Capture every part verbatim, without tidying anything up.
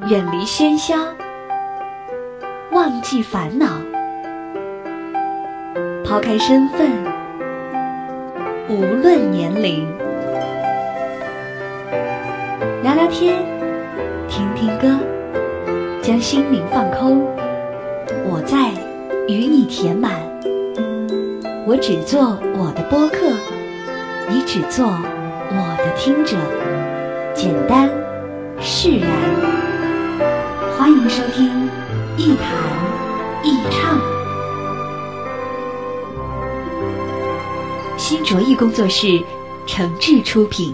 远离喧嚣，忘记烦恼，抛开身份，无论年龄，聊聊天，听听歌，将心灵放空。我在与你填满，我只做我的播客，你只做我的听者，简单释然。欢迎收听一谈一唱，新卓艺工作室诚挚出品。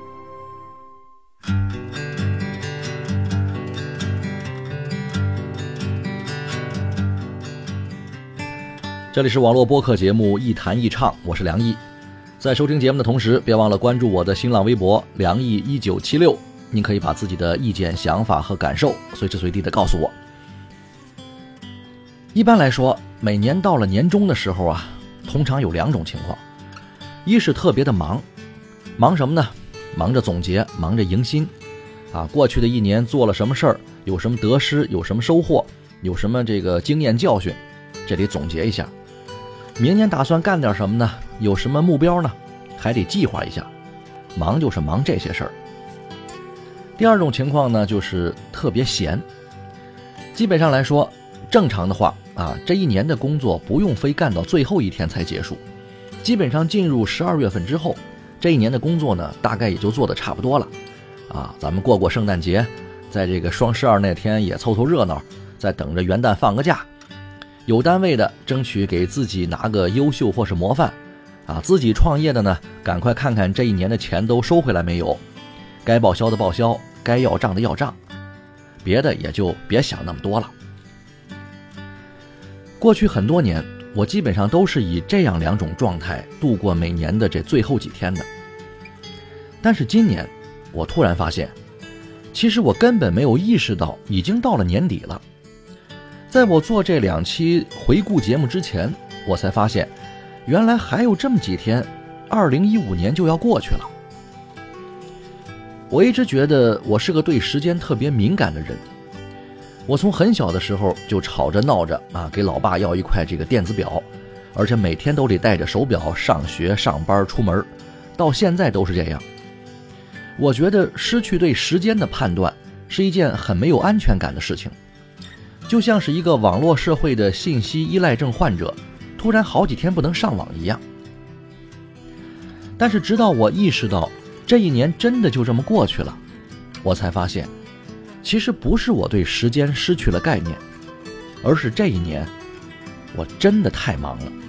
这里是网络播客节目一谈一唱，我是梁毅。在收听节目的同时，别忘了关注我的新浪微博梁毅一九七六，您可以把自己的意见、想法和感受随时随地的告诉我。一般来说，每年到了年终的时候啊，通常有两种情况，一是特别的忙，忙什么呢？忙着总结，忙着迎新啊，过去的一年做了什么事儿，有什么得失，有什么收获，有什么这个经验教训，这得总结一下。明年打算干点什么呢？有什么目标呢？还得计划一下。忙就是忙这些事儿。第二种情况呢，就是特别闲。基本上来说，正常的话啊，这一年的工作不用非干到最后一天才结束。基本上进入十二月份之后，这一年的工作呢，大概也就做得差不多了。啊，咱们过过圣诞节，在这个双十二那天也凑凑热闹，再等着元旦放个假。有单位的争取给自己拿个优秀或是模范啊，自己创业的呢，赶快看看这一年的钱都收回来没有，该报销的报销，该要账的要账，别的也就别想那么多了。过去很多年，我基本上都是以这样两种状态度过每年的这最后几天的。但是今年，我突然发现，其实我根本没有意识到已经到了年底了。在我做这两期回顾节目之前，我才发现，原来还有这么几天，二零一五年就要过去了。我一直觉得我是个对时间特别敏感的人，我从很小的时候就吵着闹着啊，给老爸要一块这个电子表，而且每天都得带着手表上学、上班、出门，到现在都是这样。我觉得失去对时间的判断是一件很没有安全感的事情。就像是一个网络社会的信息依赖症患者，突然好几天不能上网一样。但是直到我意识到这一年真的就这么过去了，我才发现，其实不是我对时间失去了概念，而是这一年我真的太忙了。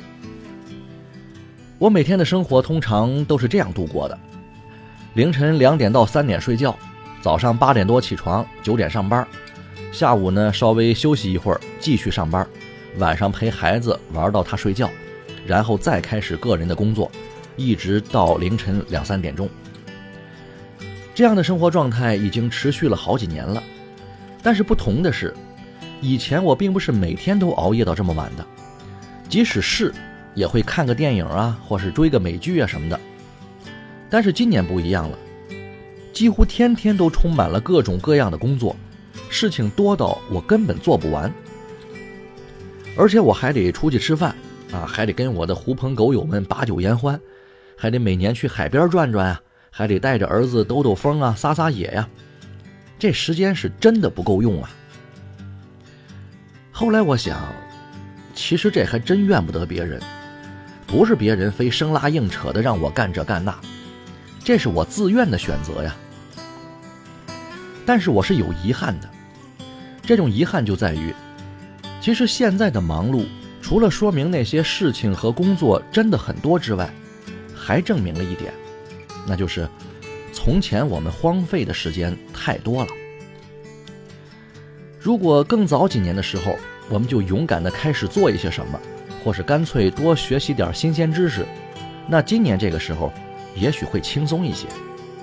我每天的生活通常都是这样度过的：凌晨两点到三点睡觉，早上八点多起床，九点上班。下午呢，稍微休息一会儿，继续上班，晚上陪孩子玩到他睡觉，然后再开始个人的工作，一直到凌晨两三点钟。这样的生活状态已经持续了好几年了。但是不同的是，以前我并不是每天都熬夜到这么晚的，即使是也会看个电影啊，或是追个美剧啊什么的。但是今年不一样了，几乎天天都充满了各种各样的工作，事情多到我根本做不完，而且我还得出去吃饭啊，还得跟我的狐朋狗友们把酒言欢，还得每年去海边转转啊，还得带着儿子兜兜风啊，撒撒野呀，这时间是真的不够用啊。后来我想，其实这还真怨不得别人，不是别人非生拉硬扯的让我干这干那，这是我自愿的选择呀。但是我是有遗憾的，这种遗憾就在于，其实现在的忙碌，除了说明那些事情和工作真的很多之外，还证明了一点，那就是从前我们荒废的时间太多了。如果更早几年的时候，我们就勇敢地开始做一些什么，或是干脆多学习点新鲜知识，那今年这个时候也许会轻松一些。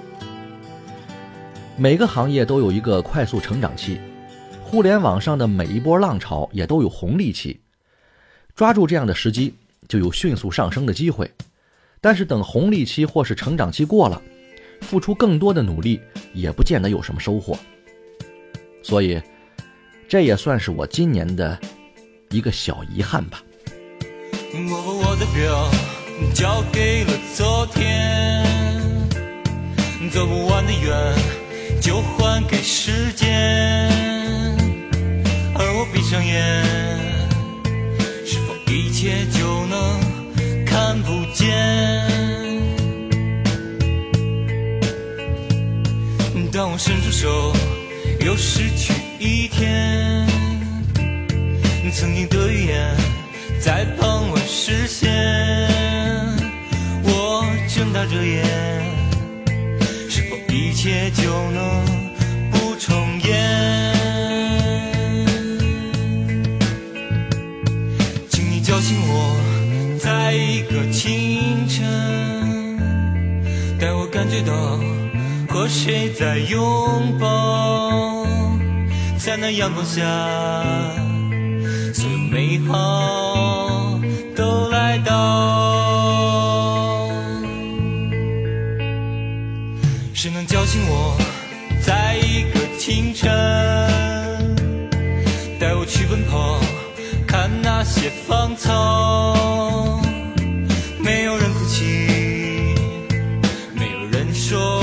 每个行业都有一个快速成长期，互联网上的每一波浪潮也都有红利期，抓住这样的时机，就有迅速上升的机会。但是等红利期或是成长期过了，付出更多的努力也不见得有什么收获。 所以这也算是我今年的一个小遗憾吧。 我把我的表交给了昨天，走不完的远就还给时间，而我闭上眼，是否一切就能看不见？当我伸出手又失去一天，曾经的语言在傍晚实现，我睁大着眼，是否一切就能不重演？请你叫醒我，在一个清晨，带我感觉到和谁在拥抱，在那阳光下，所有美好都来到。谁能叫醒我，在一个清晨，带我去奔跑，看那些芳草，没有人哭泣，没有人说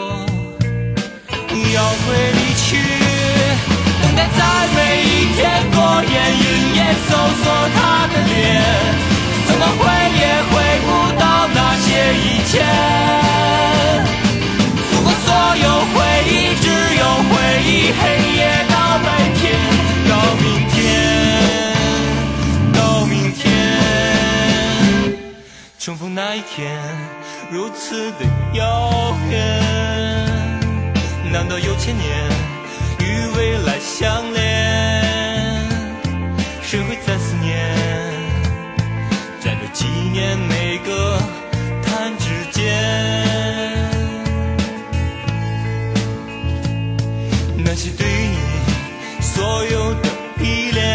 要会离去，等待在每一天过眼云烟，搜索他的脸，怎么回也回不到那些以前。如果所有回忆只有回忆，黑夜到白天，到明天，到明天，重逢那一天如此的遥远，难道有千年与未来相连？谁会再思念，在这纪念每个弹指间？那些对于你所有的依恋，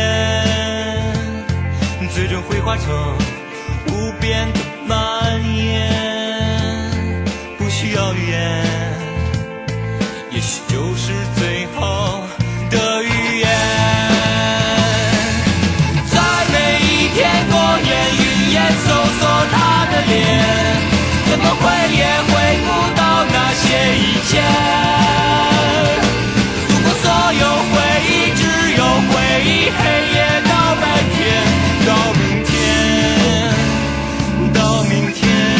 最终会化成无边的蔓延，不需要语言，也许就是最好的语言。在每一天过眼云烟，搜索他的脸，怎么回也回不到那些以前。如果所有回忆只有回忆，黑夜到白天，到明天，到明天。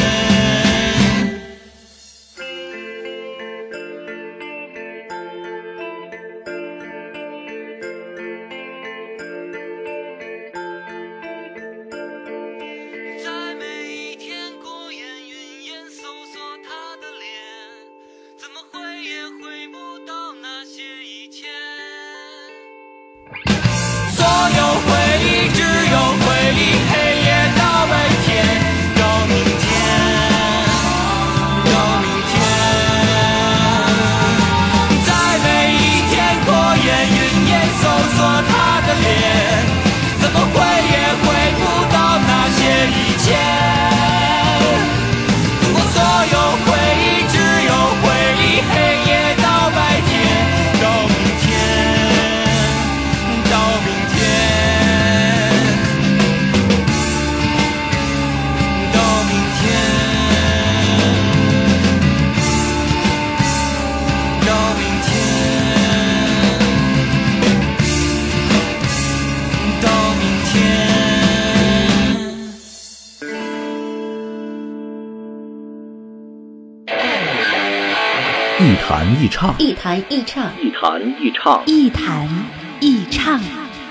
在每一天过眼云烟，搜索他的脸，怎么回也回不到那些以前。所有回忆只有回忆，黑夜到白天，到明天，到明天。在每一天过眼云烟，搜索他的脸，怎么回也回不到那些以前。如果所有回忆只有回忆，黑夜到白天，到明天，到明天，到明天，到明天，到明天。 一弹一唱， 一弹一唱， 一弹一唱， 一弹一唱。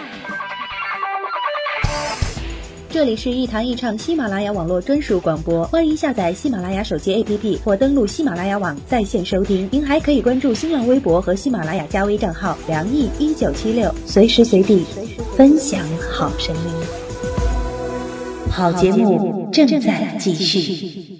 这里是一弹一唱喜马拉雅网络专属广播，欢迎下载喜马拉雅手机 A P P 或登录喜马拉雅网在线收听。您还可以关注新浪微博和喜马拉雅加微账号梁毅一九七六，随时随地分享好声音。好节目正在继续。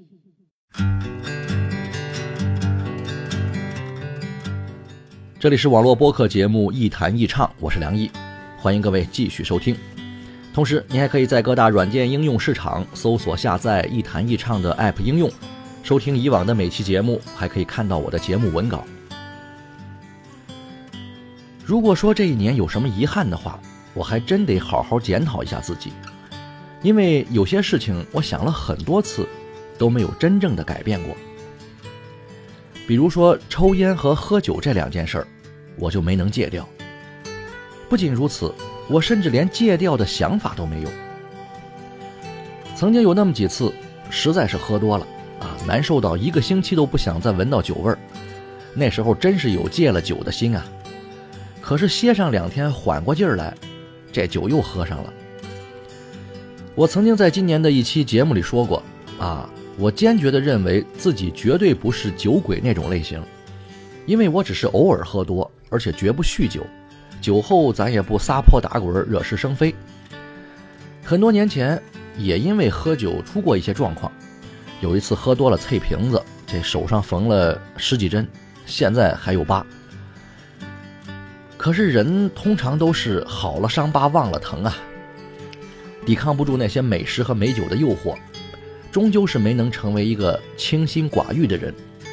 这里是网络播客节目一弹一唱，我是梁毅，欢迎各位继续收听。同时您还可以在各大软件应用市场搜索下载一弹一唱的 App 应用，收听以往的每期节目，还可以看到我的节目文稿。 如果说这一年有什么遗憾的话，我还真得好好检讨一下自己，因为有些事情我想了很多次都没有真正的改变过。比如说抽烟和喝酒这两件事儿，我就没能戒掉。不仅如此，我甚至连戒掉的想法都没有。曾经有那么几次实在是喝多了啊，难受到一个星期都不想再闻到酒味儿，那时候真是有戒了酒的心啊。可是歇上两天缓过劲儿来，这酒又喝上了。我曾经在今年的一期节目里说过啊，我坚决地认为自己绝对不是酒鬼那种类型，因为我只是偶尔喝多，而且绝不酗酒，酒后咱也不撒泼打滚惹是生非。很多年前也因为喝酒出过一些状况，有一次喝多了啐瓶子，这手上缝了十几针，现在还有疤。可是人通常都是好了伤疤忘了疼啊，抵抗不住那些美食和美酒的诱惑，终究是没能成为一个清心寡欲的人。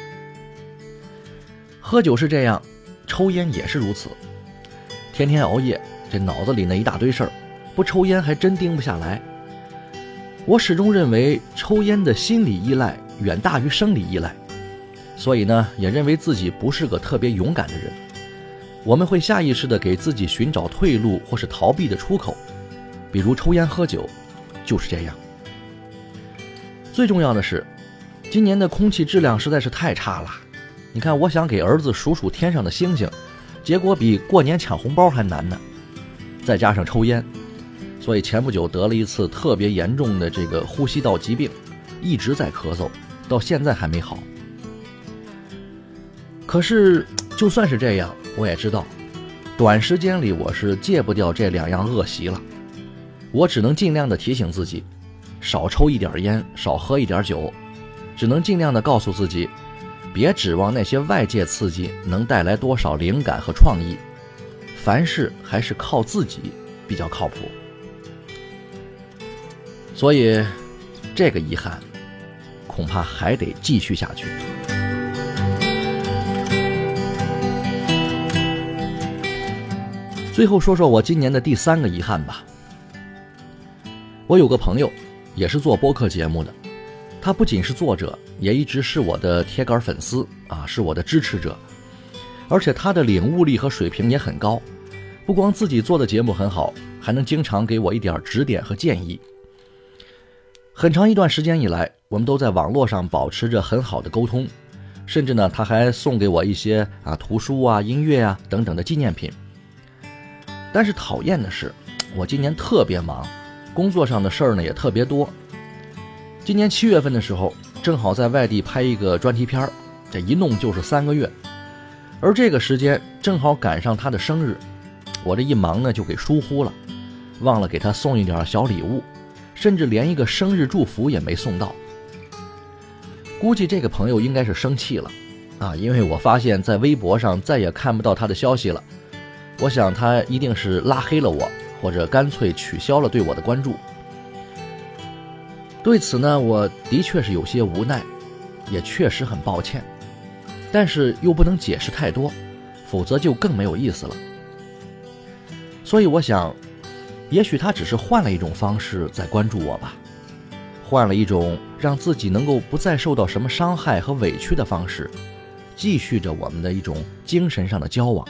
喝酒是这样，抽烟也是如此。天天熬夜，这脑子里那一大堆事儿，不抽烟还真定不下来。我始终认为抽烟的心理依赖远大于生理依赖，所以呢，也认为自己不是个特别勇敢的人。我们会下意识地给自己寻找退路或是逃避的出口，比如抽烟喝酒，就是这样。最重要的是，今年的空气质量实在是太差了。你看，我想给儿子数数天上的星星，结果比过年抢红包还难呢。再加上抽烟，所以前不久得了一次特别严重的这个呼吸道疾病，一直在咳嗽，到现在还没好。可是就算是这样，我也知道短时间里我是戒不掉这两样恶习了。我只能尽量的提醒自己，少抽一点烟，少喝一点酒，只能尽量的告诉自己，别指望那些外界刺激能带来多少灵感和创意，凡事还是靠自己比较靠谱。所以这个遗憾恐怕还得继续下去。最后说说我今年的第三个遗憾吧。我有个朋友也是做播客节目的，他不仅是作者，也一直是我的铁杆粉丝啊，是我的支持者，而且他的领悟力和水平也很高，不光自己做的节目很好，还能经常给我一点指点和建议。很长一段时间以来，我们都在网络上保持着很好的沟通，甚至呢，他还送给我一些啊图书啊、音乐啊等等的纪念品。但是讨厌的是，我今年特别忙，工作上的事儿呢也特别多。今年七月份的时候，正好在外地拍一个专题片，这一弄就是三个月，而这个时间正好赶上他的生日，我这一忙呢就给疏忽了，忘了给他送一点小礼物，甚至连一个生日祝福也没送到。估计这个朋友应该是生气了啊，因为我发现在微博上再也看不到他的消息了。我想他一定是拉黑了我，或者干脆取消了对我的关注。对此呢，我的确是有些无奈，也确实很抱歉，但是又不能解释太多，否则就更没有意思了。所以我想，也许他只是换了一种方式在关注我吧，换了一种让自己能够不再受到什么伤害和委屈的方式，继续着我们的一种精神上的交往。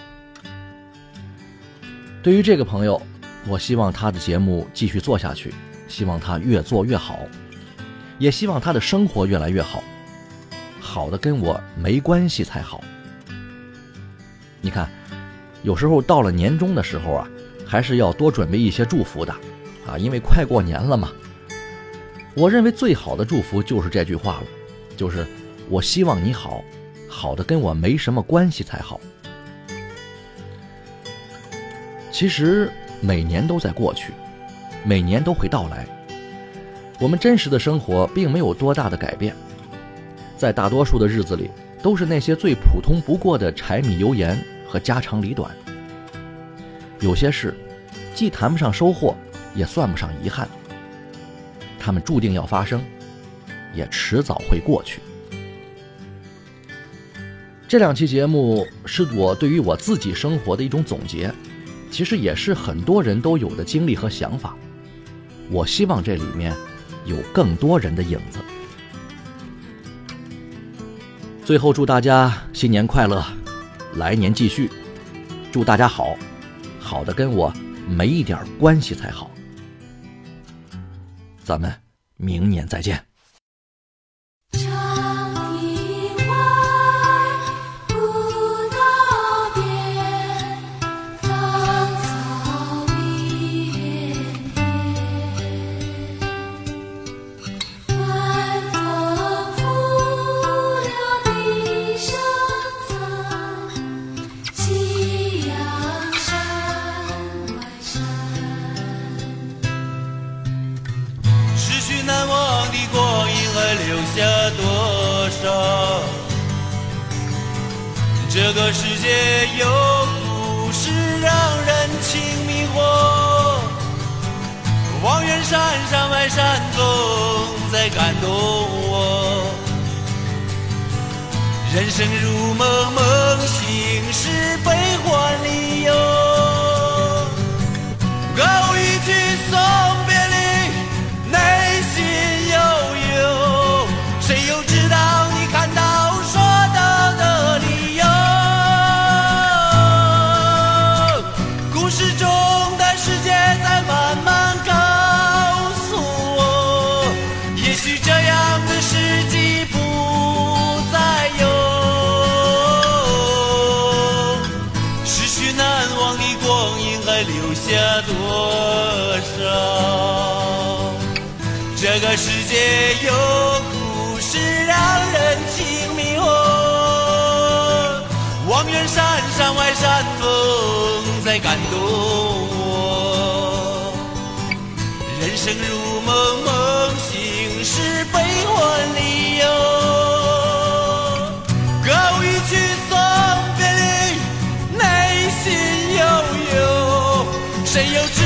对于这个朋友，我希望他的节目继续做下去，希望他越做越好，也希望他的生活越来越好，好的跟我没关系才好。你看，有时候到了年终的时候啊，还是要多准备一些祝福的啊，因为快过年了嘛。我认为最好的祝福就是这句话了，就是我希望你好，好的跟我没什么关系才好。其实每年都在过去，每年都会到来，我们真实的生活并没有多大的改变，在大多数的日子里，都是那些最普通不过的柴米油盐和家长里短。有些事既谈不上收获，也算不上遗憾，它们注定要发生，也迟早会过去。 这两期节目是我对于我自己生活的一种总结，其实也是很多人都有的经历和想法。我希望这里面有更多人的影子。最后祝大家新年快乐，来年继续。祝大家好，好的跟我没一点关系才好。咱们明年再见。 难忘的光阴还留下多少？这个世界有故事让人情迷惑，望远山山外山峰在感动我。人生如梦，梦醒是悲欢离忧，偶一句送别离，内心悠悠，谁又知道你看到说到的理由？故事中的世界在慢慢告诉我，也许这样的世纪不再有。逝去难忘的光阴还留下多少？这个世界有故事让人情迷惑，望远山山外山峰在感动我。人生如梦，梦醒是悲欢离忧，偶一句送别离，内心悠悠，谁又知